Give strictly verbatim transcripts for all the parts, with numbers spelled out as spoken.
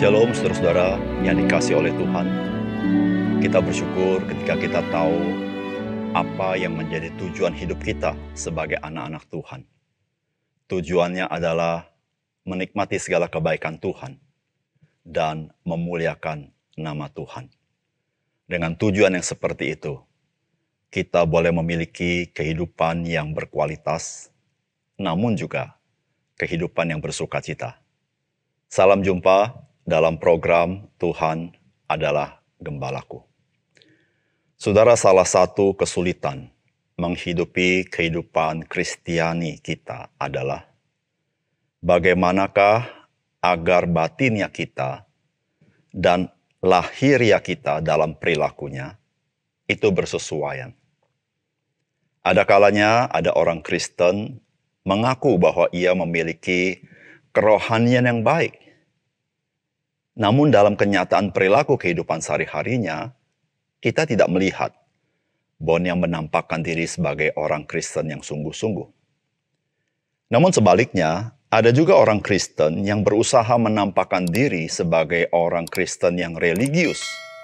Shalom saudara-saudara yang dikasihi oleh Tuhan. Kita bersyukur ketika kita tahu apa yang menjadi tujuan hidup kita sebagai anak-anak Tuhan. Tujuannya adalah menikmati segala kebaikan Tuhan dan memuliakan nama Tuhan. Dengan tujuan yang seperti itu, kita boleh memiliki kehidupan yang berkualitas, namun juga kehidupan yang bersukacita. Salam jumpa dalam program Tuhan adalah Gembalaku. Saudara, salah satu kesulitan menghidupi kehidupan Kristiani kita adalah bagaimanakah agar batinnya kita dan lahiriah kita dalam perilakunya itu bersesuaian. Ada kalanya ada orang Kristen mengaku bahwa ia memiliki kerohanian yang baik. Namun dalam kenyataan perilaku kehidupan sehari-harinya, kita tidak melihat bahwa yang menampakkan diri sebagai orang Kristen yang sungguh-sungguh. Namun sebaliknya, ada juga orang Kristen yang berusaha menampakkan diri sebagai orang Kristen yang religius.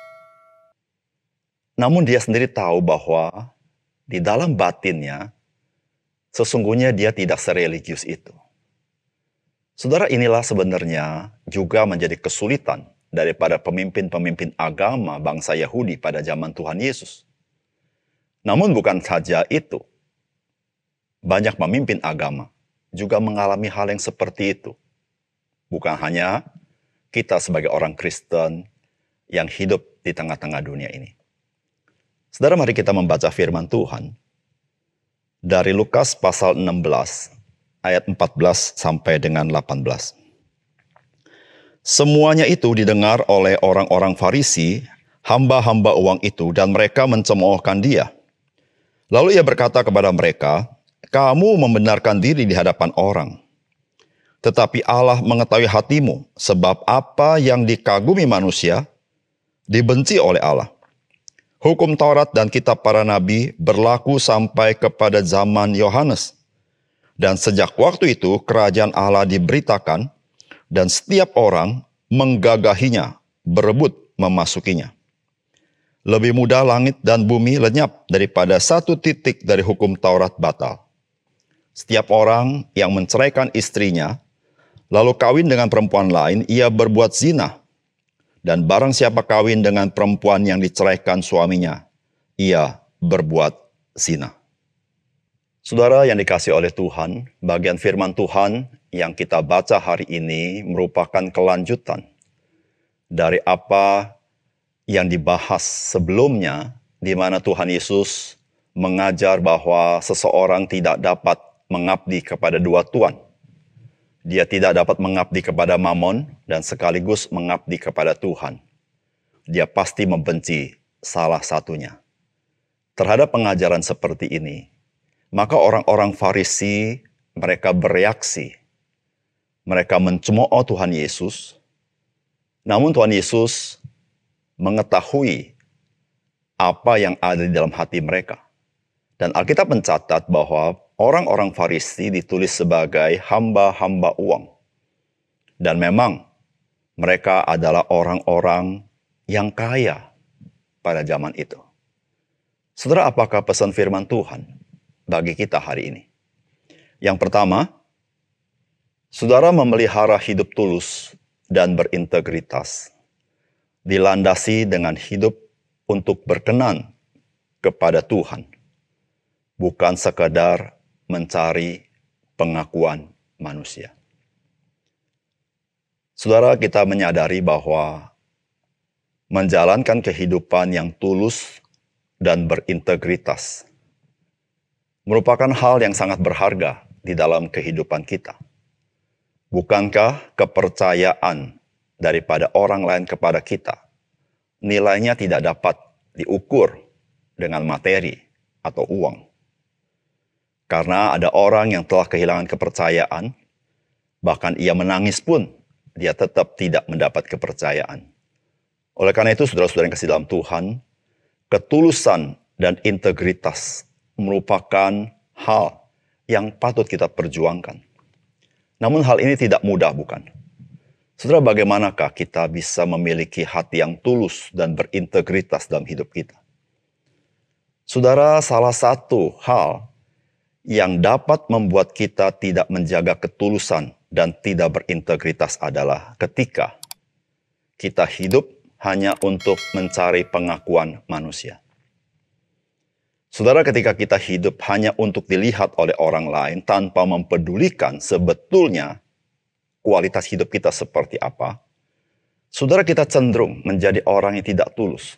Namun dia sendiri tahu bahwa di dalam batinnya, sesungguhnya dia tidak sereligius itu. Saudara, inilah sebenarnya juga menjadi kesulitan daripada pemimpin-pemimpin agama bangsa Yahudi pada zaman Tuhan Yesus. Namun bukan saja itu, banyak pemimpin agama juga mengalami hal yang seperti itu. Bukan hanya kita sebagai orang Kristen yang hidup di tengah-tengah dunia ini. Saudara, mari kita membaca firman Tuhan dari Lukas pasal enam belas. Ayat empat belas sampai dengan delapan belas. Semuanya itu didengar oleh orang-orang Farisi, hamba-hamba uang itu, dan mereka mencemoohkan dia. Lalu ia berkata kepada mereka, "Kamu membenarkan diri di hadapan orang. Tetapi Allah mengetahui hatimu, sebab apa yang dikagumi manusia, dibenci oleh Allah. Hukum Taurat dan kitab para nabi berlaku sampai kepada zaman Yohanes. Dan sejak waktu itu kerajaan Allah diberitakan dan setiap orang menggagahinya, berebut memasukinya. Lebih mudah langit dan bumi lenyap daripada satu titik dari hukum Taurat batal. Setiap orang yang menceraikan istrinya, lalu kawin dengan perempuan lain, ia berbuat zina. Dan barang siapa kawin dengan perempuan yang diceraikan suaminya, ia berbuat zina." Saudara yang dikasihi oleh Tuhan, bagian firman Tuhan yang kita baca hari ini merupakan kelanjutan dari apa yang dibahas sebelumnya, di mana Tuhan Yesus mengajar bahwa seseorang tidak dapat mengabdi kepada dua tuan. Dia tidak dapat mengabdi kepada Mamon dan sekaligus mengabdi kepada Tuhan. Dia pasti membenci salah satunya. Terhadap pengajaran seperti ini, maka orang-orang Farisi, mereka bereaksi. Mereka mencemooh Tuhan Yesus. Namun Tuhan Yesus mengetahui apa yang ada di dalam hati mereka. Dan Alkitab mencatat bahwa orang-orang Farisi ditulis sebagai hamba-hamba uang. Dan memang mereka adalah orang-orang yang kaya pada zaman itu. Saudara, apakah pesan firman Tuhan bagi kita hari ini? Yang pertama, saudara memelihara hidup tulus dan berintegritas, dilandasi dengan hidup untuk berkenan kepada Tuhan, bukan sekadar mencari pengakuan manusia. Saudara, kita menyadari bahwa menjalankan kehidupan yang tulus dan berintegritas merupakan hal yang sangat berharga di dalam kehidupan kita. Bukankah kepercayaan daripada orang lain kepada kita nilainya tidak dapat diukur dengan materi atau uang? Karena ada orang yang telah kehilangan kepercayaan, bahkan ia menangis pun, dia tetap tidak mendapat kepercayaan. Oleh karena itu, saudara-saudara yang kasih dalam Tuhan, ketulusan dan integritas merupakan hal yang patut kita perjuangkan. Namun hal ini tidak mudah, bukan? Saudara, bagaimanakah kita bisa memiliki hati yang tulus dan berintegritas dalam hidup kita? Saudara, salah satu hal yang dapat membuat kita tidak menjaga ketulusan dan tidak berintegritas adalah ketika kita hidup hanya untuk mencari pengakuan manusia. Saudara, ketika kita hidup hanya untuk dilihat oleh orang lain tanpa mempedulikan sebetulnya kualitas hidup kita seperti apa, saudara, kita cenderung menjadi orang yang tidak tulus.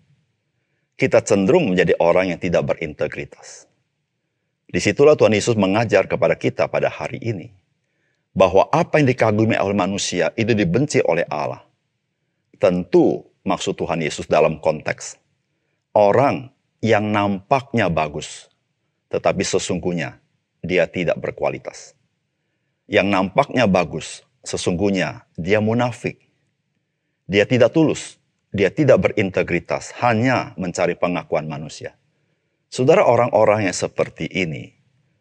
Kita cenderung menjadi orang yang tidak berintegritas. Disitulah Tuhan Yesus mengajar kepada kita pada hari ini, bahwa apa yang dikagumi oleh manusia itu dibenci oleh Allah. Tentu maksud Tuhan Yesus dalam konteks orang yang nampaknya bagus, tetapi sesungguhnya dia tidak berkualitas. Yang nampaknya bagus, sesungguhnya dia munafik. Dia tidak tulus, dia tidak berintegritas, hanya mencari pengakuan manusia. Saudara, orang-orang yang seperti ini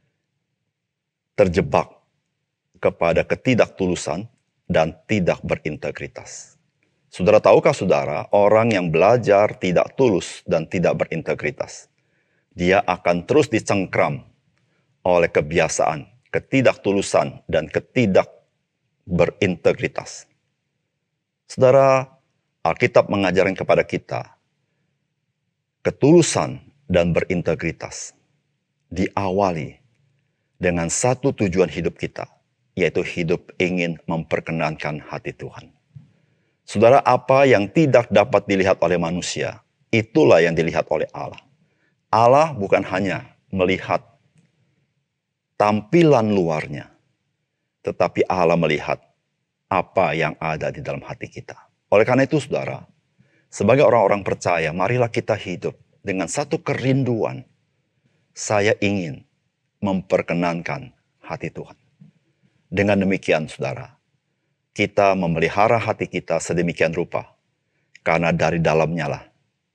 terjebak kepada ketidaktulusan dan tidak berintegritas. Saudara, tahukah saudara, orang yang belajar tidak tulus dan tidak berintegritas, dia akan terus dicengkram oleh kebiasaan ketidaktulusan dan ketidak berintegritas. Saudara, Alkitab mengajarkan kepada kita ketulusan dan berintegritas diawali dengan satu tujuan hidup kita, yaitu hidup ingin memperkenankan hati Tuhan. Saudara, apa yang tidak dapat dilihat oleh manusia, itulah yang dilihat oleh Allah. Allah bukan hanya melihat tampilan luarnya, tetapi Allah melihat apa yang ada di dalam hati kita. Oleh karena itu, saudara, sebagai orang-orang percaya, marilah kita hidup dengan satu kerinduan. Saya ingin memperkenankan hati Tuhan. Dengan demikian, saudara, kita memelihara hati kita sedemikian rupa, karena dari dalamnya lah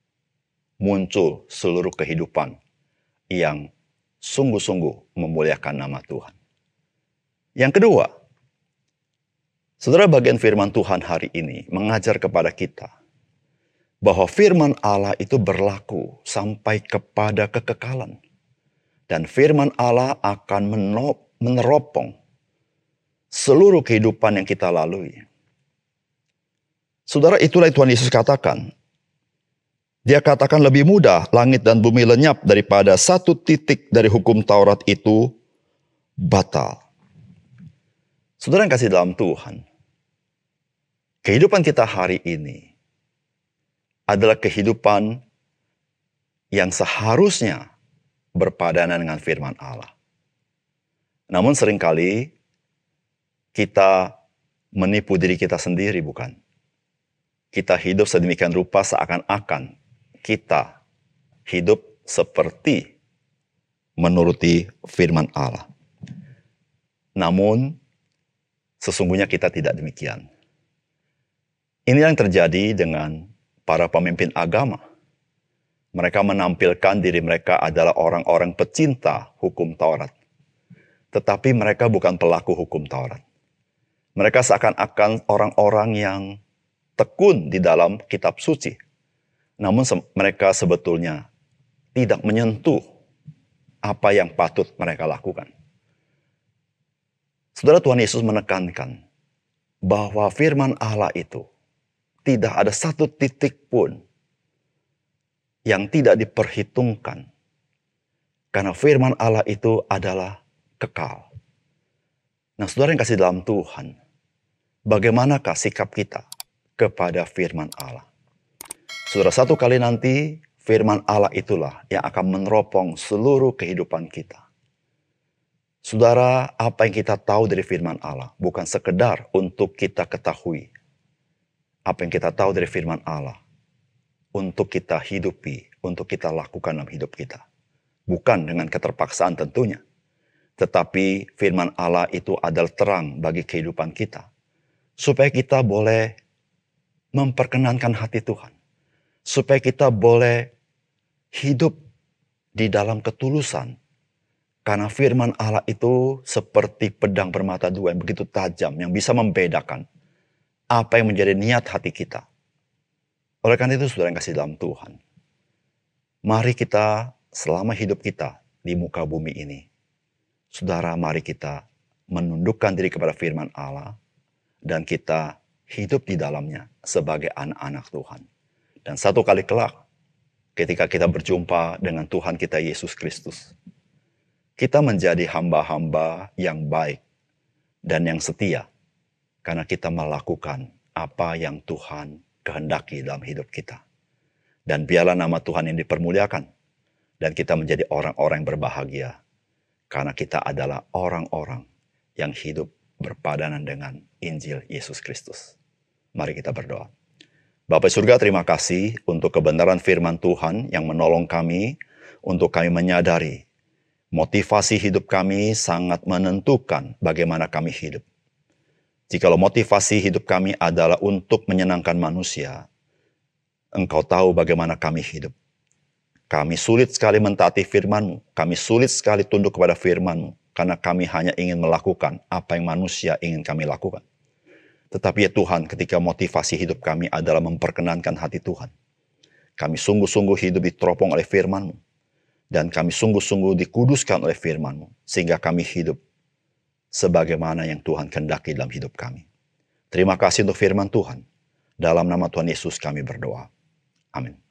muncul seluruh kehidupan yang sungguh-sungguh memuliakan nama Tuhan. Yang kedua, saudara, bagian firman Tuhan hari ini mengajar kepada kita bahwa firman Allah itu berlaku sampai kepada kekekalan. Dan firman Allah akan meneropong seluruh kehidupan yang kita lalui. Saudara, itulah yang Tuhan Yesus katakan. Dia katakan lebih mudah langit dan bumi lenyap daripada satu titik dari hukum Taurat itu batal. Saudara yang kasih dalam Tuhan, kehidupan kita hari ini adalah kehidupan yang seharusnya berpadanan dengan firman Allah. Namun seringkali kita menipu diri kita sendiri, bukan? Kita hidup sedemikian rupa seakan-akan kita hidup seperti menuruti firman Allah. Namun sesungguhnya kita tidak demikian. Ini yang terjadi dengan para pemimpin agama. Mereka menampilkan diri mereka adalah orang-orang pecinta hukum Taurat. Tetapi mereka bukan pelaku hukum Taurat. Mereka seakan-akan orang-orang yang tekun di dalam kitab suci. Namun se- mereka sebetulnya tidak menyentuh apa yang patut mereka lakukan. Saudara, Tuhan Yesus menekankan bahwa firman Allah itu tidak ada satu titik pun yang tidak diperhitungkan. Karena firman Allah itu adalah kekal. Nah, saudara yang kasih dalam Tuhan, bagaimanakah sikap kita kepada firman Allah? Saudara, satu kali nanti firman Allah itulah yang akan meneropong seluruh kehidupan kita. Saudara, apa yang kita tahu dari firman Allah bukan sekedar untuk kita ketahui. Apa yang kita tahu dari firman Allah untuk kita hidupi, untuk kita lakukan dalam hidup kita. Bukan dengan keterpaksaan tentunya. Tetapi firman Allah itu adalah terang bagi kehidupan kita. Supaya kita boleh memperkenankan hati Tuhan. Supaya kita boleh hidup di dalam ketulusan. Karena firman Allah itu seperti pedang bermata dua yang begitu tajam, yang bisa membedakan apa yang menjadi niat hati kita. Oleh karena itu, saudara yang kasih dalam Tuhan, mari kita selama hidup kita di muka bumi ini, saudara, mari kita menundukkan diri kepada firman Allah dan kita hidup di dalamnya sebagai anak-anak Tuhan. Dan satu kali kelak, ketika kita berjumpa dengan Tuhan kita Yesus Kristus, kita menjadi hamba-hamba yang baik dan yang setia karena kita melakukan apa yang Tuhan kehendaki dalam hidup kita. Dan biarlah nama Tuhan yang dipermuliakan dan kita menjadi orang-orang yang berbahagia karena kita adalah orang-orang yang hidup berpadanan dengan Injil Yesus Kristus. Mari kita berdoa. Bapa surga, terima kasih untuk kebenaran firman Tuhan yang menolong kami untuk kami menyadari motivasi hidup kami sangat menentukan bagaimana kami hidup. Jikalau motivasi hidup kami adalah untuk menyenangkan manusia, Engkau tahu bagaimana kami hidup. Kami sulit sekali mentaati firman-Mu, kami sulit sekali tunduk kepada firman-Mu, karena kami hanya ingin melakukan apa yang manusia ingin kami lakukan. Tetapi ya Tuhan, ketika motivasi hidup kami adalah memperkenankan hati Tuhan, kami sungguh-sungguh hidup diteropong oleh firman-Mu, dan kami sungguh-sungguh dikuduskan oleh firman-Mu, sehingga kami hidup sebagaimana yang Tuhan kehendaki dalam hidup kami. Terima kasih untuk firman Tuhan. Dalam nama Tuhan Yesus kami berdoa. Amin.